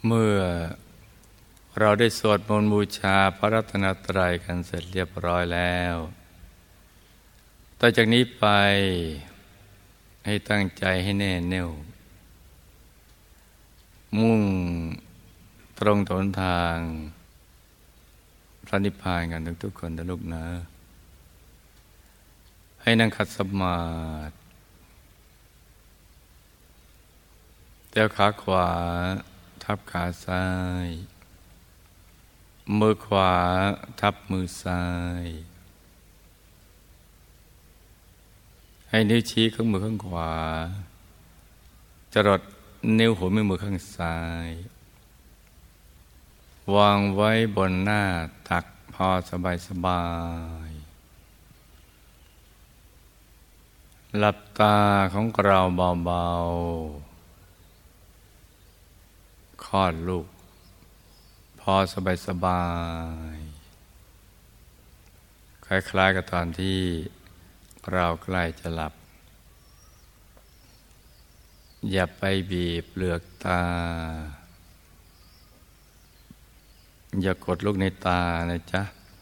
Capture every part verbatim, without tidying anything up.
เมื่อเราได้สวดมนต์บูชาพระรัตนตรัยกันเสร็จเรียบร้อยแล้วต่อจากนี้ไปให้ตั้งใจให้แน่แน่วมุ่งตรงต่อหนทางพระนิพพานกันทุกๆคนนะลูกนะให้นั่งขัดสมาธิเท้าขาขวาทับขาซ้ายมือขวาทับมือซ้ายให้นิ้วชี้ข้างมือข้างขวาจรดนิ้วหัวแม่มือข้างซ้ายวางไว้บนหน้าตักพอสบายสบายหลับตาของเราเบาๆคลอดลูกพอสบายสบายคล้ายๆกับตอนที่เราใกล้จะหลับอย่าไปบีบเปลือกตาอย่ากดลูกในตานะจ๊ะ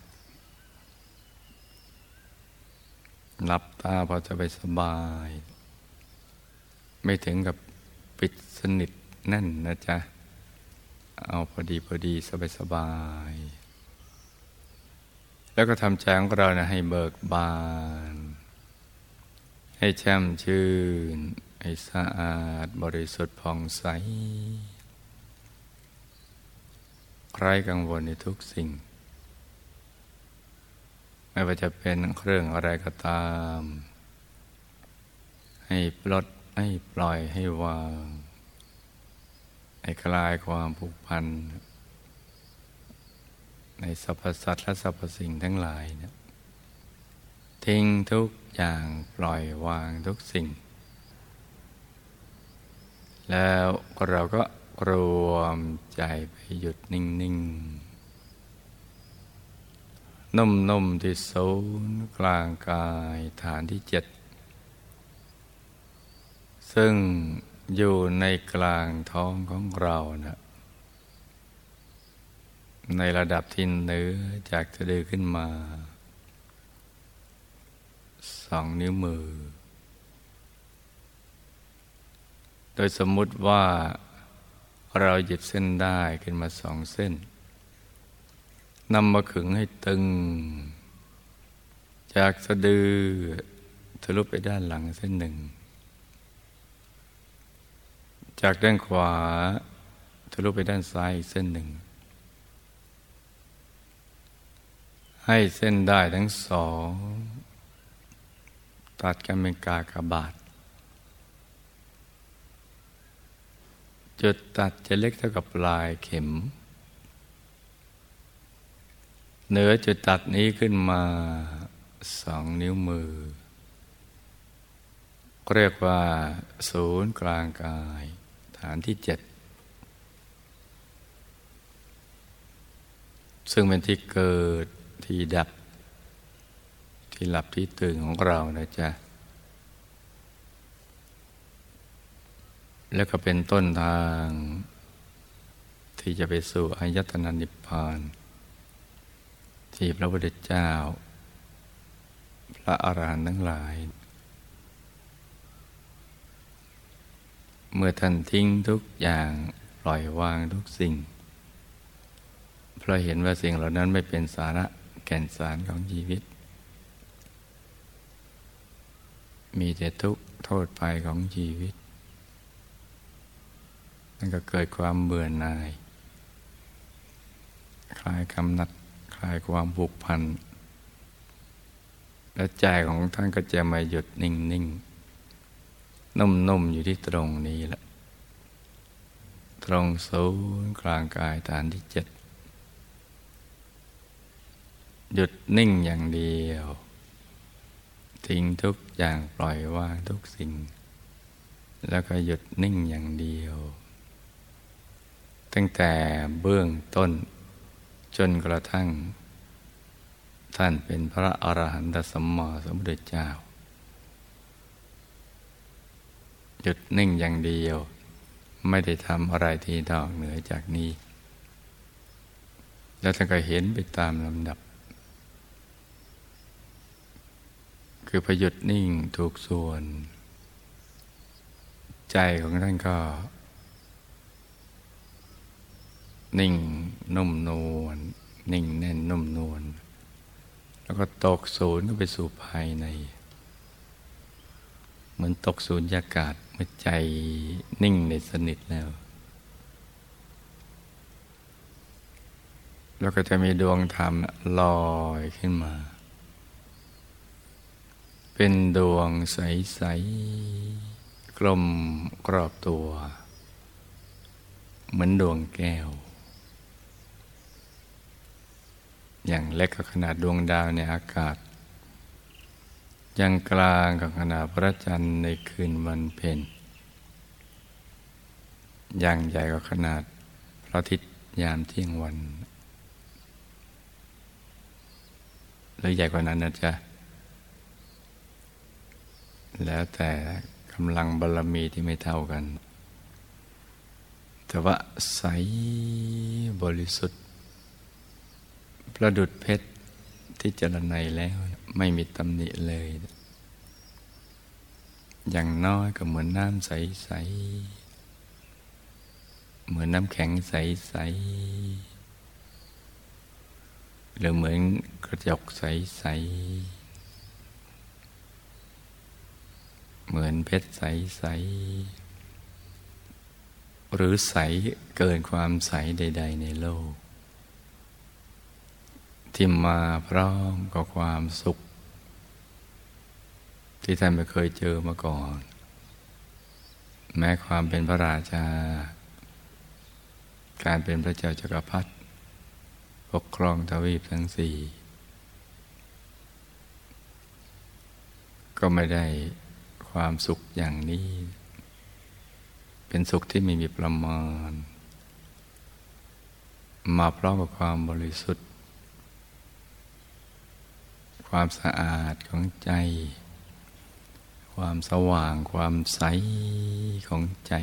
หลับตาพอจะไปสบายไม่ถึงกับปิดสนิทแน่นนะจ๊ะเอาพอดีพอดีสบายสบายแล้วก็ทำใจของเรานะให้เบิกบานให้แช่มชื่นให้สะอาดบริสุทธิ์ผ่องใสไร้กังวลในทุกสิ่งไม่ว่าจะเป็นเครื่องอะไรก็ตามให้ปลดให้ปล่อยให้วางให้คลายความผูกพันในสรรพสัตว์และสรรพสิ่งทั้งหลายเนี่ยทิ้งทุกอย่างปล่อยวางทุกสิ่งแล้วเราก็รวมใจไปหยุดนิ่งๆนุ่มๆที่ศูนย์กลางกายฐานที่เจ็ดซึ่งอยู่ในกลางท้องของเรานะในระดับที่เหนือจากสะดือขึ้นมาสองนิ้วมือโดยสมมุติว่าเราหยิบเส้นได้ขึ้นมาสองเส้นนำมาขึงให้ตึงจากสะดือทะลุไปด้านหลังเส้นหนึ่งจากด้านขวาทะลุไปด้านซ้ายอีกเส้นหนึ่งให้เส้นได้ทั้งสองตัดกันเป็นกากบาทจุดตัดจะเล็กเท่ากับปลายเข็มเหนือจุดตัดนี้ขึ้นมาสองนิ้วมือเรียกว่าศูนย์กลางกายฐานที่เจ็ดซึ่งเป็นที่เกิดที่ดับที่หลับที่ตื่นของเรานะจ๊ะแล้วก็เป็นต้นทางที่จะไปสู่อายตนะนิพพานที่พระพุทธเจ้าพระอรหันต์ทั้งหลายเมื่อท่านทิ้งทุกอย่างปล่อยวางทุกสิ่งเพราะเห็นว่าสิ่งเหล่านั้นไม่เป็นสาระแก่นสารของชีวิตมีแต่ทุกข์โทษภัยของชีวิตนั่นก็เกิดความเบื่อหน่ายคลายกำหนัดคลายความผูกพันและใจของท่านก็จะมาหยุดนิ่งๆนุ่มๆอยู่ที่ตรงนี้แหละตรงศูนย์กลางกายฐานที่เจ็ดหยุดนิ่งอย่างเดียวทิ้งทุกอย่างปล่อยวางทุกสิ่งแล้วก็หยุดนิ่งอย่างเดียวตั้งแต่เบื้องต้นจนกระทั่งท่านเป็นพระอรหันตสัมมาสัมพุทธเจ้าหยุดนิ่งอย่างเดียวไม่ได้ทำอะไรที่นอกเหนือจากนี้แล้วท่านก็เห็นไปตามลำดับคือพอหยุดนิ่งถูกส่วนใจของท่านก็นิ่งนุ่มนวลนิ่งแน่นนุ่มนวลแล้วก็ตกศูนย์ก็ไปสู่ภายในเหมือนตกศูนย์ยากาศเมื่อใจนิ่งในสนิทแล้วแล้วก็จะมีดวงธรรมลอยขึ้นมาเป็นดวงใสๆกลมกรอบตัวเหมือนดวงแก้วอย่างเล็กกับขนาดดวงดาวในอากาศอย่างกลางกับขนาดพระจันทร์ในคืนวันเพ็ญอย่างใหญ่กว่าขนาดพระอาทิตย์ยามเที่ยงวันหรือใหญ่กว่านั้นนะจ๊ะแล้วแต่กำลังบารมีที่ไม่เท่ากันแต่ว่าใสบริสุทธิ์ประดุจเพชรที่เจรไนแล้วไม่มีตำหนิเลยอย่างน้อยก็เหมือนน้ำใสๆเหมือนน้ำแข็งใสๆหรือเหมือนกระจกใสๆเหมือนเพชรใสๆหรือใสเกินความใสใดๆในโลกที่มาพร้อมกับความสุขที่ท่านไม่เคยเจอมาก่อนแม้ความเป็นพระราชาการเป็นพระเจ้าจักรพรรดิปกครองทวีปทั้งสี่ก็ไม่ได้ความสุขอย่างนี้เป็นสุขที่ไม่มีประมาณมาพร้อมกับความบริสุทธิ์ความสะอาดของใจความสว่างความใสของใจ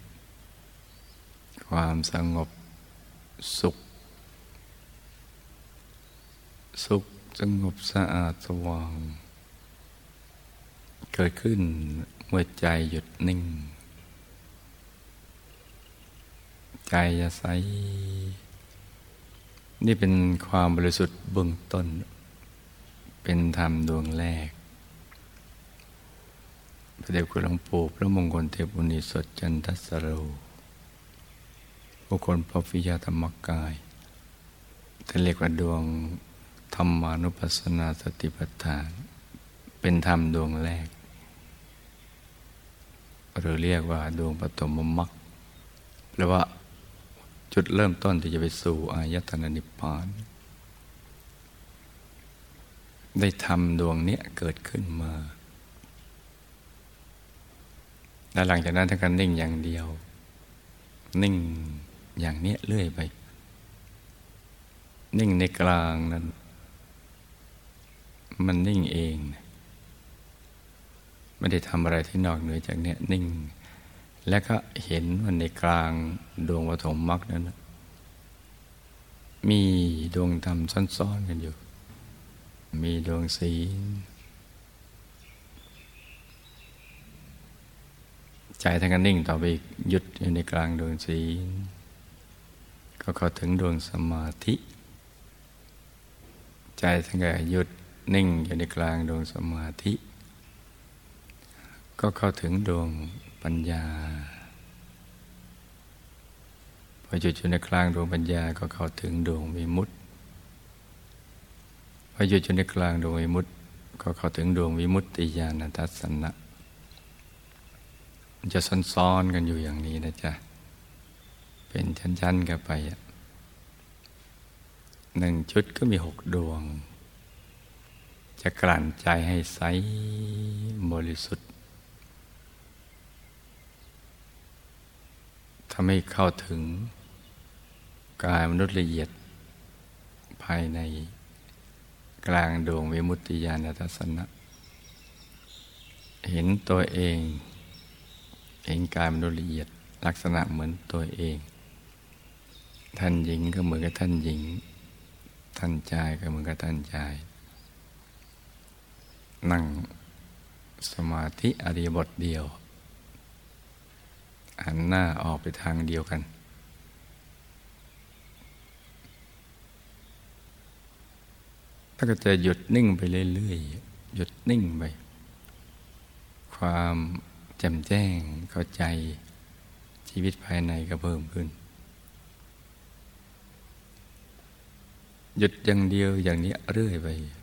ความสงบสุขสุขสงบสะอาดสว่างเกิดขึ้นเมื่อใจหยุดนิ่งใจจะใสนี่เป็นความบริสุทธิ์เบื้องต้นเป็นธรรมดวงแรกพระเดชคุณหลวงปู่พระมงคลเทพอุนิสดจันทสโรบุคคลพระวิยาธรรมกายท่านเรียกว่าดวงธรรมานุปัสสนาสติปัฏฐานเป็นธรรมดวงแรกหรือเรียกว่าดวงปฐมมรรคแปลว่าจุดเริ่มต้นที่จะไปสู่อายตนะนิพพานได้ทำดวงนี้เกิดขึ้นมาแล้วหลังจากนั้นท่านก็นิ่งอย่างเดียวนิ่งอย่างนี้เรื่อยไปนิ่งในกลางนั้นมันนิ่งเองไม่ได้ทำอะไรที่นอกเหนือจากนี้นิ่งแล้วก็เห็นว่าในกลางดวงปฐมมรรคนั้นมีดวงธรรมซ้อนๆกันอยู่มีดวงศีลใจท่านก็นิ่งต่อไปอีกหยุดอยู่ในกลางดวงศีลก็เข้าถึงดวงสมาธิใจท่านก็หยุดนิ่งอยู่ในกลางดวงสมาธิก็เข้าถึงดวงปัญญาพอหยุดอยู่ในกลางดวงปัญญาก็เข้าถึงดวงวิมุตติพอหยุดอยู่ในกลางดวงวิมุตติก็เข้าถึงดวงวิมุตติญาณทัสสนะมันจะซ้อนๆกันอยู่อย่างนี้นะจ๊ะเป็นชั้นๆกันไปหนึ่งชุดก็มีหกดวงจะกลั่นใจให้ใสบริสุทธิ์ทำให้เข้าถึงกายมนุษย์ละเอียดภายในกลางดวงวิมุตติญาณทัสสนะเห็นตัวเองเห็นกายมนุษย์ละเอียดลักษณะเหมือนตัวเองท่านหญิงก็เหมือนกับท่านหญิงท่านชายก็เหมือนกับท่านชายนั่งสมาธิอริยบทเดียวหันหน้าออกไปทางเดียวกันถ้าก็จะหยุดนิ่งไปเรื่อยๆหยุดนิ่งไปความแจ่มแจ้งเข้าใจชีวิตภายในก็เพิ่มขึ้นหยุดอย่างเดียวอย่างนี้เรื่อยไป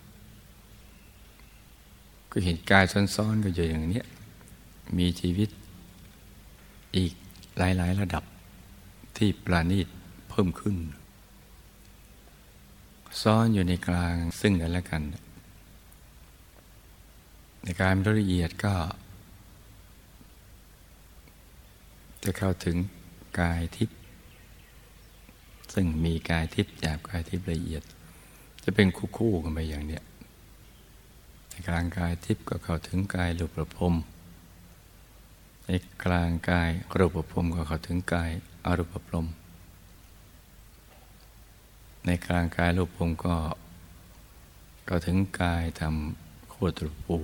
ก็เห็นกายซ้อนๆก็อยู่อย่างนี้มีชีวิตอีกหลายๆระดับที่ปราณีตเพิ่มขึ้นซ้อนอยู่ในกลางซึ่งกันและกันในการละเอียดก็จะเข้าถึงกายทิพย์ซึ่งมีกายทิพย์หยาบกายทิพย์ละเอียดจะเป็นคู่ๆกันไปอย่างเนี้ยในกลางกายทิพย์ก็เข้าถึงกายรูปประพรมในกลางกายรูปประพรมก็เข้าถึงกายอรูปประพรมในกลางกายรูปประพรมก็เข้าถึงกายทำโคตรภู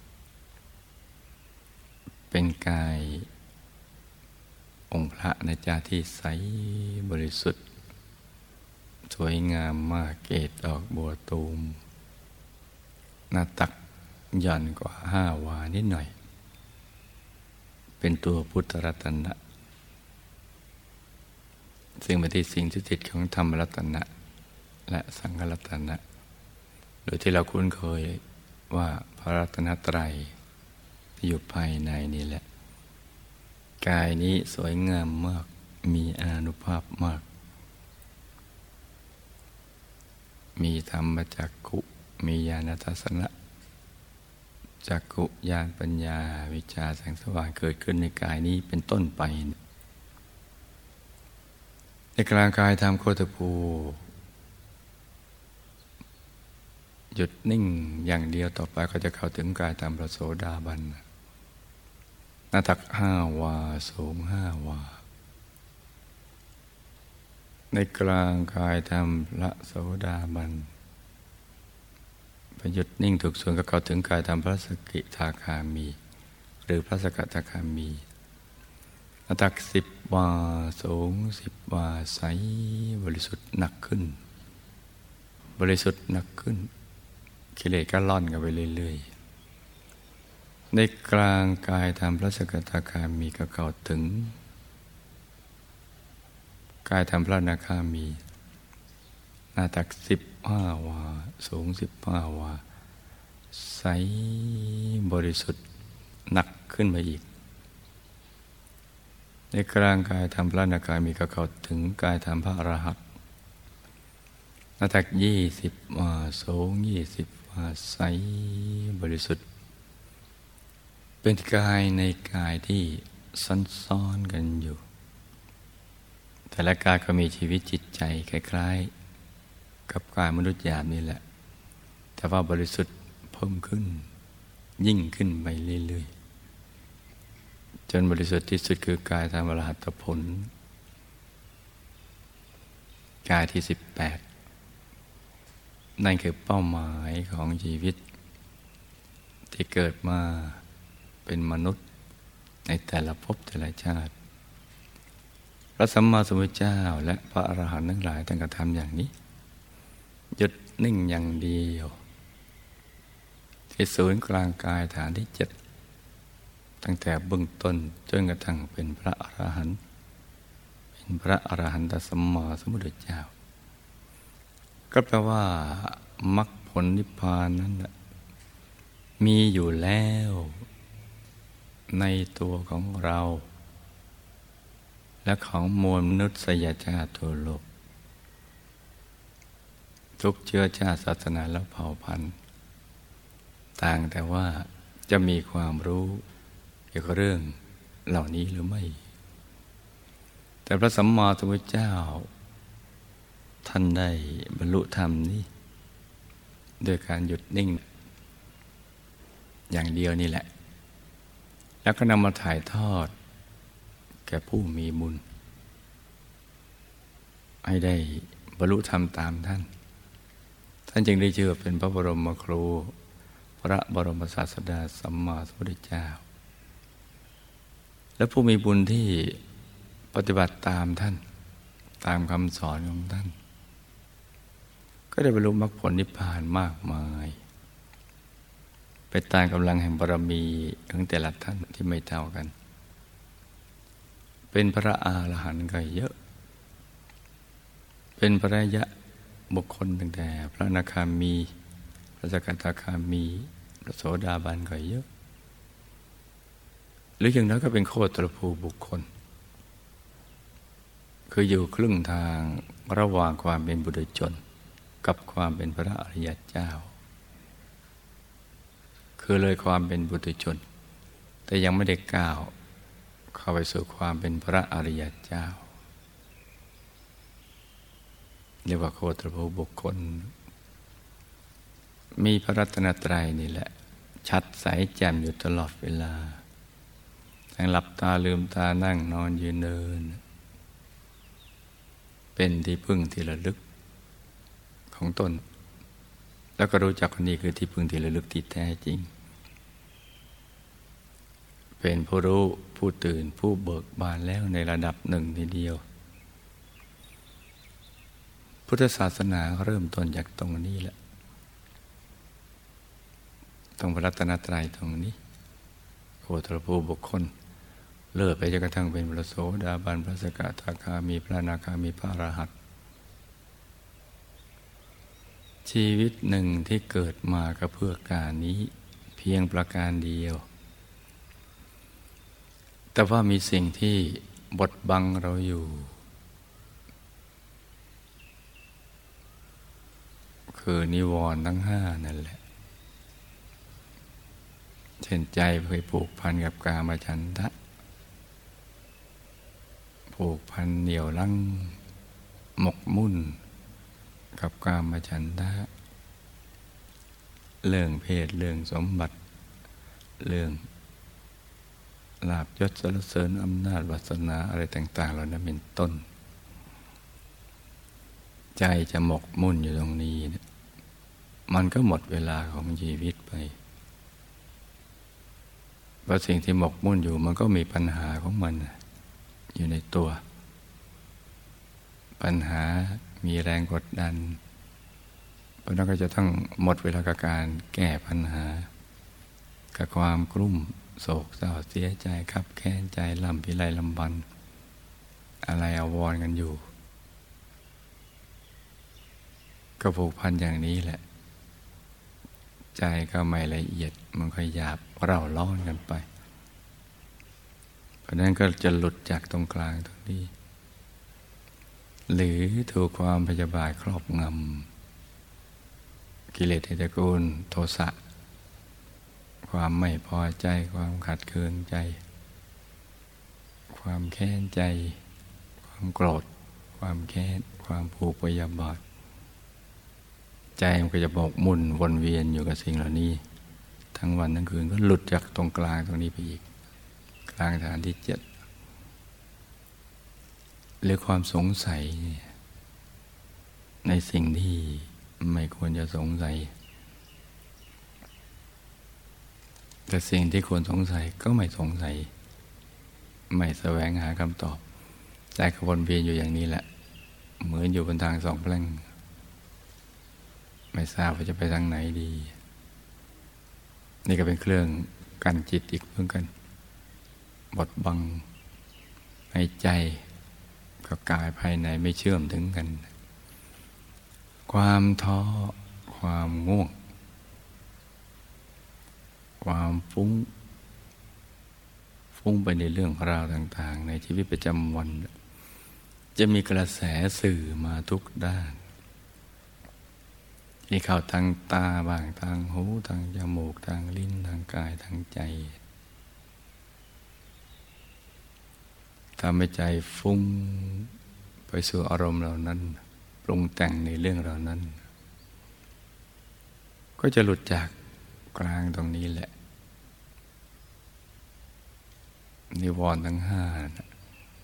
เป็นกายองค์พระในจาที่ใสบริสุทธิ์สวยงามมากเกศดอกบัวตูมหน้าตักหย่อนกว่าห้าวานิดหน่อยเป็นตัวพุทธรัตนะซึ่งเป็นที่สิ่งที่ติดของธรรมรัตนะและสังฆรัตนะโดยที่เราคุ้นเคยว่าพระรัตนตรัยที่อยู่ภายในนี่แหละกายนี้สวยงามมากมีอานุภาพมากมีธรรมจักขุมีญาณทัศนะจักขุญาณปัญญาวิชาแสงสว่างเกิดขึ้นในกายนี้เป็นต้นไปในกลางกายทำโคตภูหยุดนิ่งอย่างเดียวต่อไปก็จะเข้าถึงกายตามพระโสดาบันหน้าตักห้าวาสูงห้าวาในกลางกายทำพระโสดาบันพอหยุดนิ่งถูกส่วนก็เข้าถึงกายทำพระสกิทาคามีหรือพระสกทาคามีหน้าตักสิบวาสูงสิบวาใสบริสุทธิ์หนักขึ้นบริสุทธิ์หนักขึ้นกิเลสก็ล่อนกันไปเรื่อยๆในกลางกายทำพระสกทาคามีก็เข้าถึงกายทำพระอนาคามีหน้าตักสิบห้าวาสูงสิบห้าวาใสบริสุทธิ์หนักขึ้นมาอีกในกลางกายทำพระอนาคามีก็เข้าถึงกายทำพระอรหันต์หน้าตักยี่สิบวาสูงยี่สิบวาใสบริสุทธิ์เป็นกายในกายที่ซ้อนๆกันอยู่แต่ละกายก็มีชีวิตจิตใจคล้ายๆกับกายมนุษย์หยาบนี่แหละแต่ว่าบริสุทธิ์เพิ่มขึ้นยิ่งขึ้นไปเรื่อยๆจนบริสุทธิ์ที่สุดคือกายทางอรหัตผลกายที่สิบแปดนั่นคือเป้าหมายของชีวิตที่เกิดมาเป็นมนุษย์ในแต่ละภพแต่ละชาติพระสัมมาสัมพุทธเจ้าและพระอรหันต์ทั้งหลายท่านก็ทำอย่างนี้หยุดนิ่งอย่างเดียวที่ศูนย์กลางกายฐานที่เจ็ดตั้งแต่เบื้องต้นจนกระทั่งเป็นพระอรหันต์เป็นพระอรหันตสัมมาสัมพุทธเจ้าก็แปลว่ามรรคผลนิพพานนั้นมีอยู่แล้วในตัวของเราและของมวลมนุษยชาติทั่วโลกทุกเชื้อชาติศาสนาและเผ่าพันธุ์ต่างแต่ว่าจะมีความรู้เกี่ยวกับเรื่องเหล่านี้หรือไม่แต่พระสัมมาสัมพุทธเจ้าท่านได้บรรลุธรรมนี้ด้วยการหยุดนิ่งอย่างเดียวนี่แหละแล้วก็นำมาถ่ายทอดแก่ก่ผู้มีบุญให้ได้บรรลุธรรมตามท่านท่านจึงได้ชื่อเป็นพระบรมครูพระบรมศาสดาสัมมาสัมพุทธเจ้าและผู้มีบุญที่ปฏิบัติตามท่านตามคำสอนของท่านก็ได้บรรลุมรรคผลนิพพานมากมายไปตามกำลังแห่งบารมีของแต่ละท่านที่ไม่เท่ากันเป็นพระอรหันต์ก็เยอะเป็นพระอริยบุคคลตั้งแต่พระอนาคามีพระสกทาคามีพระโสดาบันก็เยอะหรืออย่างนั้นก็เป็นโคตรภูบุคคลคืออยู่ครึ่งทางระหว่างความเป็นบุตรชนกับความเป็นพระอริยเจ้าคือเลยความเป็นบุตรชนแต่ยังไม่ได้ก้าวเข้าไปสู่ความเป็นพระอริยเจ้าเรียกว่าโคตรภูบุคคลมีพระรัตนตรัยนี่แหละชัดใสแจ่มอยู่ตลอดเวลาทั้งหลับตาลืมตานั่งนอนยืนเดินเป็นที่พึ่งที่ระลึกของตนแล้วก็รู้จักคนนี้คือที่พึ่งที่ระลึกที่แท้จริงเป็นผู้รู้ผู้ตื่นผู้เบิกบานแล้วในระดับหนึ่งทีเดียวพุทธศาสนาเริ่มต้นจากตรงนี้แหละตรงพระรัตนตรัยตรงนี้โคตรภูบุคคลเลิศไปจนกระทั่งเป็นพระโสดาบันพระสกทาคามีพระอนาคามีพระอรหันต์ชีวิตหนึ่งที่เกิดมาก็เพื่อการนี้เพียงประการเดียวแต่ว่ามีสิ่งที่บดบังเราอยู่คือนิวรณ์ทั้งห้านั่นแหละเช่นใจเคยผูกพันกับกามฉันทะผูกพันเหนี่ยวรั้งหมกมุ่นกับกามฉันทะเรื่องเพศเรื่องสมบัติเรื่องลาภยศสรรเสริญอำนาจวาสนาอะไรต่างๆเหล่านั้นเป็นต้นใจจะหมกมุ่นอยู่ตรงนี้เนี่ยมันก็หมดเวลาของชีวิตไปเพราะสิ่งที่หมกมุ่นอยู่มันก็มีปัญหาของมันอยู่ในตัวปัญหามีแรงกดดันเพราะนั้นก็จะต้องหมดเวลากับการแก้ปัญหากับความกลุ้มโศกเศร้าเสียใจคับแค้นใจลำพิไรลำบันอะไรอาวรณ์กันอยู่ก็ผูกพันอย่างนี้แหละใจก็ไม่ละเอียดมันก็หยาบเร่าร้อนกันไปเพราะนั้นก็จะหลุดจากตรงกลางตรงนี้หรือถูกความพยาบาทครอบงำกิเลสในตระกูลโทสะความไม่พอใจความขัดเคืองใจความแค้นใจความโกรธความแค้นความผูกพยาบาทใจมันก็จะบกมุ่นวนเวียนอยู่กับสิ่งเหล่านี้ทั้งวันทั้งคืนก็หลุดจากตรงกลางตรงนี้ไปอีกกลางฐานที่เจ็ดหรือความสงสัยในสิ่งที่ไม่ควรจะสงสัยแต่สิ่งที่ควรสงสัยก็ไม่สงสัยไม่แสวงหาคำตอบใจก็วนเวียนอยู่อย่างนี้แหละเหมือนอยู่บนทางสองแพร่งไม่ทราบว่าจะไปทางไหนดีนี่ก็เป็นเครื่องกันจิตอีกเหมือนกันบดบังให้ใจกับกายภายในไม่เชื่อมถึงกันความท้อความง่วงความฟุ้งฟุ้งไปในเรื่องราวต่างๆในชีวิตประจำวันจะมีกระแสสื่อมาทุกด้านที่เข้าทางตาบ้างทางหูทางจมูกทางลิ้นทางกายทางใจทำให้ใจฟุ้งไปสู่อารมณ์เหล่านั้นปรุงแต่งในเรื่องเหล่านั้นก็จะหลุดจากกลางตรงนี้แหละนิวรณ์ทั้งห้า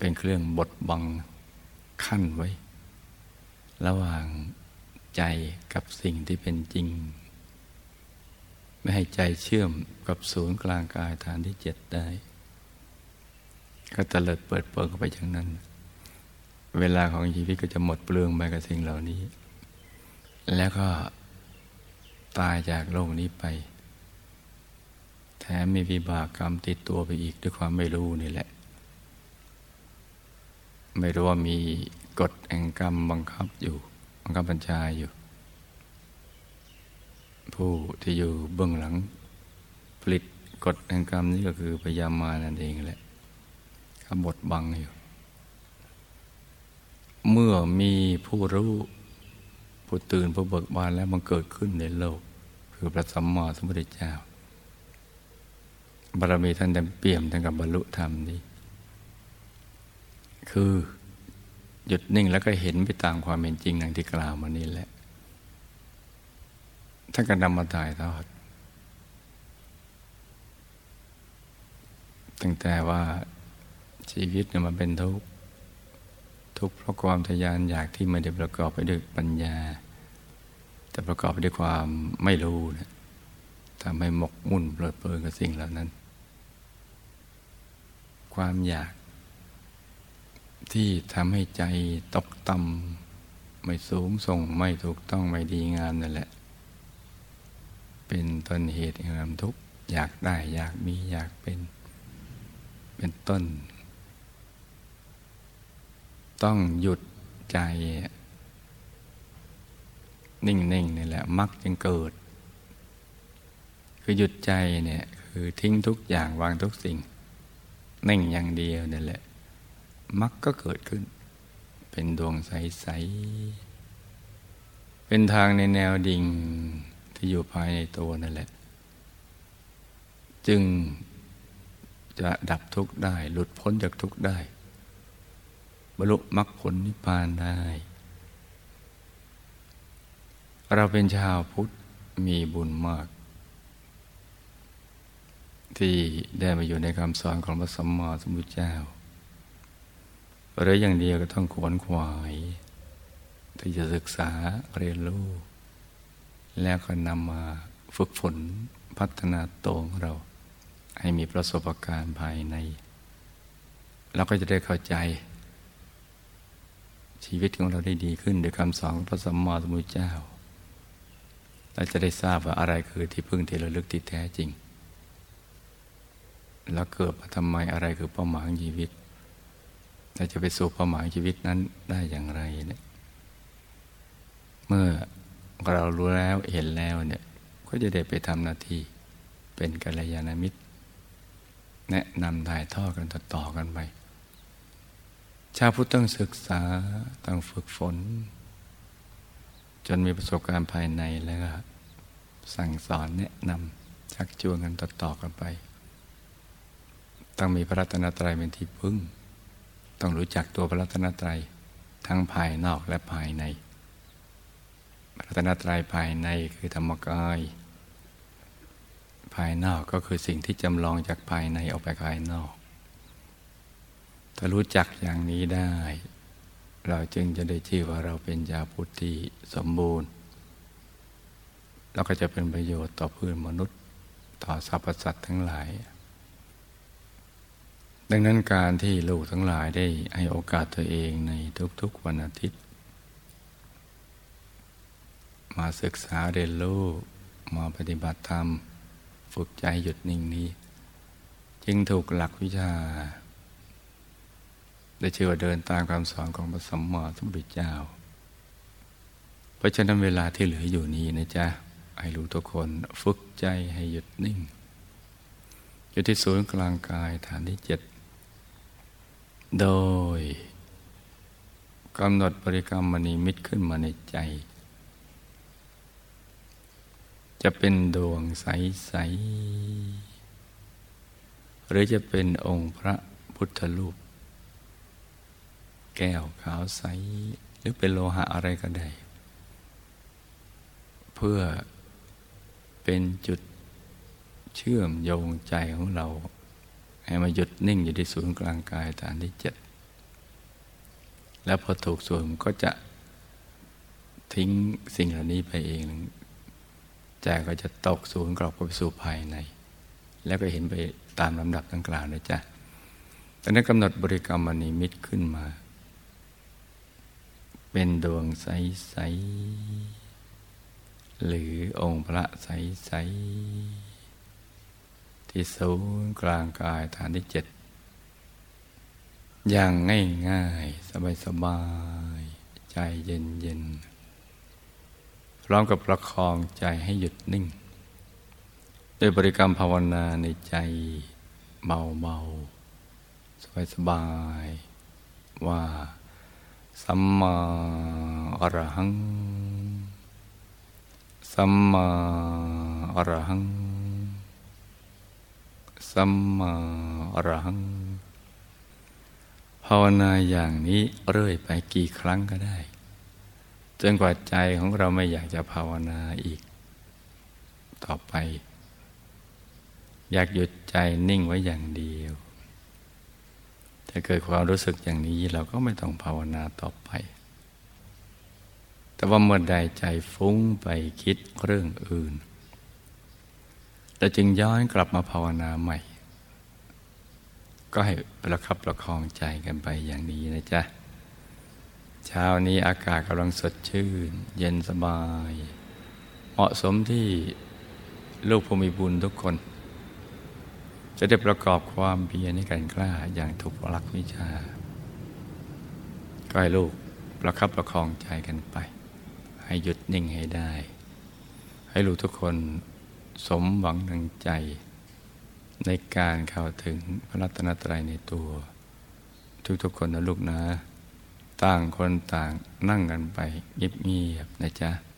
เป็นเครื่องบดบังขั้นไว้ระหว่างใจกับสิ่งที่เป็นจริงไม่ให้ใจเชื่อมกับศูนย์กลางกายฐานที่เจ็ดได้ก็เตลิดเปิดเปิงเข้าไปอย่างนั้นเวลาของชีวิตก็จะหมดเปลืองไปกับสิ่งเหล่านี้แล้วก็ตายจากโลกนี้ไปแถมมีวิบากกรรมติดตัวไปอีกด้วยความไม่รู้นี่แหละไม่รู้ว่ามีกฎแห่งกรรมบังคับอยู่บังคับบัญชาอยู่ผู้ที่อยู่เบื้องหลังผลิตกฎแห่งกรรมนี้ก็คือพยามารนั่นเองแหละเขาบดบังอยู่เมื่อมีผู้รู้ผู้ตื่นผู้เบิกบานแล้วมันเกิดขึ้นในโลกคือพระสัมมาสัมพุทธเจ้าบารมีท่านเต็มเปี่ยมทั้งกับบรรลุธรรมนี้คือหยุดนิ่งแล้วก็เห็นไปตามความเป็นจริงอย่างที่กล่าวมานี่แหละท่านก็นำมาถ่ายทอดตั้งแต่ว่าชีวิตเนี่ยมันเป็นทุกข์ทุกข์เพราะความทะยานอยากที่ไม่ได้ประกอบไปด้วยปัญญาแต่ประกอบไปด้วยความไม่รู้นะทำให้หมกมุ่นเพลิดเพลินกับสิ่งเหล่านั้นความอยากที่ทำให้ใจตกต่ำไม่สูงส่งไม่ถูกต้องไม่ดีงามนั่นแหละเป็นต้นเหตุแห่งความทุกข์อยากได้อยากมีอยากเป็นเป็นต้นต้องหยุดใจนิ่งๆนี่แหละมรรคจึงเกิดคือหยุดใจเนี่ยคือทิ้งทุกอย่างวางทุกสิ่งนิ่งอย่างเดียวนั่นแหละมรรคก็เกิดขึ้นเป็นดวงใสๆเป็นทางในแนวดิ่งที่อยู่ภายในตัวนั่นแหละจึงจะดับทุกข์ได้หลุดพ้นจากทุกข์ได้บรรลุมรรคผลนิพพานได้เราเป็นชาวพุทธมีบุญมากที่ได้มาอยู่ในคำสอนของพระสัมมาสัมพุทธเจ้าหรืออย่างเดียวก็ต้องขวนขวายที่จะศึกษาเรียนรู้แล้วก็นำมาฝึกฝนพัฒนาตัวของเราให้มีประสบการณ์ภายในเราก็จะได้เข้าใจชีวิตของเราได้ดีขึ้นโดยคำสอนของพระสัมมาสัมพุทธเจ้าเราจะได้ทราบว่าอะไรคือที่พึ่งที่ระลึกที่แท้จริงแล้วเกิดมาทำไมอะไรคือเป้าหมายของชีวิตเราจะไปสู่เป้าหมายชีวิตนั้นได้อย่างไรเนี่ยเมื่อเรารู้แล้วเห็นแล้วเนี่ยก็จะได้ไปทำหน้าที่เป็นกัลยาณมิตรแนะนำถ่ายทอดกันต่อๆกันไปชาวพุทธต้องศึกษาต้องฝึกฝนจนมีประสบการณ์ภายในแล้วก็สั่งสอนแนะนำชักชวนกันต่อๆกันไปต้องมีพระรัตนตรัยเป็นที่พึ่งต้องรู้จักตัวพระรัตนตรัยทั้งภายนอกและภายในพระรัตนตรัยภายในคือธรรมกายภายนอกก็คือสิ่งที่จำลองจากภายในออกไปภายนอกถ้ารู้จักอย่างนี้ได้เราจึงจะได้ชื่อว่าเราเป็นชาวพุทธที่สมบูรณ์แล้วก็จะเป็นประโยชน์ต่อเพื่อนมนุษย์ต่อสรรพสัตว์ทั้งหลายดังนั้นการที่ลูกทั้งหลายได้ให้โอกาสตัวเองในทุกๆวันอาทิตย์มาศึกษาเรียนรู้มาปฏิบัติธรรมฝึกใจหยุดนิ่งนี้จึงถูกหลักวิชาได้ชื่อว่าเดินตามคำสอนของพระสัมมาสัมพุทธเจ้าเพราะฉะนั้นเวลาที่เหลืออยู่นี้นะจ๊ะให้รู้ทุกคนฝึกใจให้หยุดนิ่งอยู่ที่ศูนย์กลางกายฐานที่เจ็ดโดยกำหนดบริกรรมมณีมิตรขึ้นมาในใจจะเป็นดวงใสๆหรือจะเป็นองค์พระพุทธรูปแก้วขาวใสหรือเป็นโลหะอะไรก็ได้เพื่อเป็นจุดเชื่อมโยงใจของเราให้มาหยุดนิ่งอยู่ที่ศูนย์กลางกายฐานที่เจ็ดแล้วพอถูกส่วนก็จะทิ้งสิ่งเหล่านี้ไปเองใจก็จะตกศูนย์กลับเข้าไปสู่ภายในแล้วก็เห็นไปตามลำดับดังกล่าวนะจ๊ะตอนนั้นกำหนดบริกรรมนิมิตขึ้นมาเป็นดวงใสๆหรือองค์พระใสๆที่ศูนย์กลางกายฐานที่เจ็ดอย่างง่ายๆสบายๆใจเย็นๆพร้อมกับประคองใจให้หยุดนิ่งด้วยบริกรรมภาวนาในใจเบาๆสบายๆว่าสัมมาอรหังสัมมาอรหังสัมมาอรหังภาวนาอย่างนี้เรื่อยไปกี่ครั้งก็ได้จนกว่าใจของเราไม่อยากจะภาวนาอีกต่อไปอยากหยุดใจนิ่งไว้อย่างเดียวถ้าเกิดความรู้สึกอย่างนี้เราก็ไม่ต้องภาวนาต่อไปแต่ว่าเมื่อใดใจฟุ้งไปคิดเรื่องอื่นเราจึงย้อนกลับมาภาวนาใหม่ก็ให้ประคับประคองใจกันไปอย่างนี้นะจ๊ะเช้านี้อากาศกำลังสดชื่นเย็นสบายเหมาะสมที่ลูกผู้มีบุญทุกคนจะได้ประกอบความเพียรในการกล้าอย่างถูกหลักวิชาก็ให้ลูกประคับประคองใจกันไปให้หยุดนิ่งให้ได้ให้ลูกทุกคนสมหวังดังใจในการเข้าถึงพระรัตนตรัยในตัวทุกๆคนนะลูกนะต่างคนต่างนั่งกันไปเงียบๆนะจ๊ะ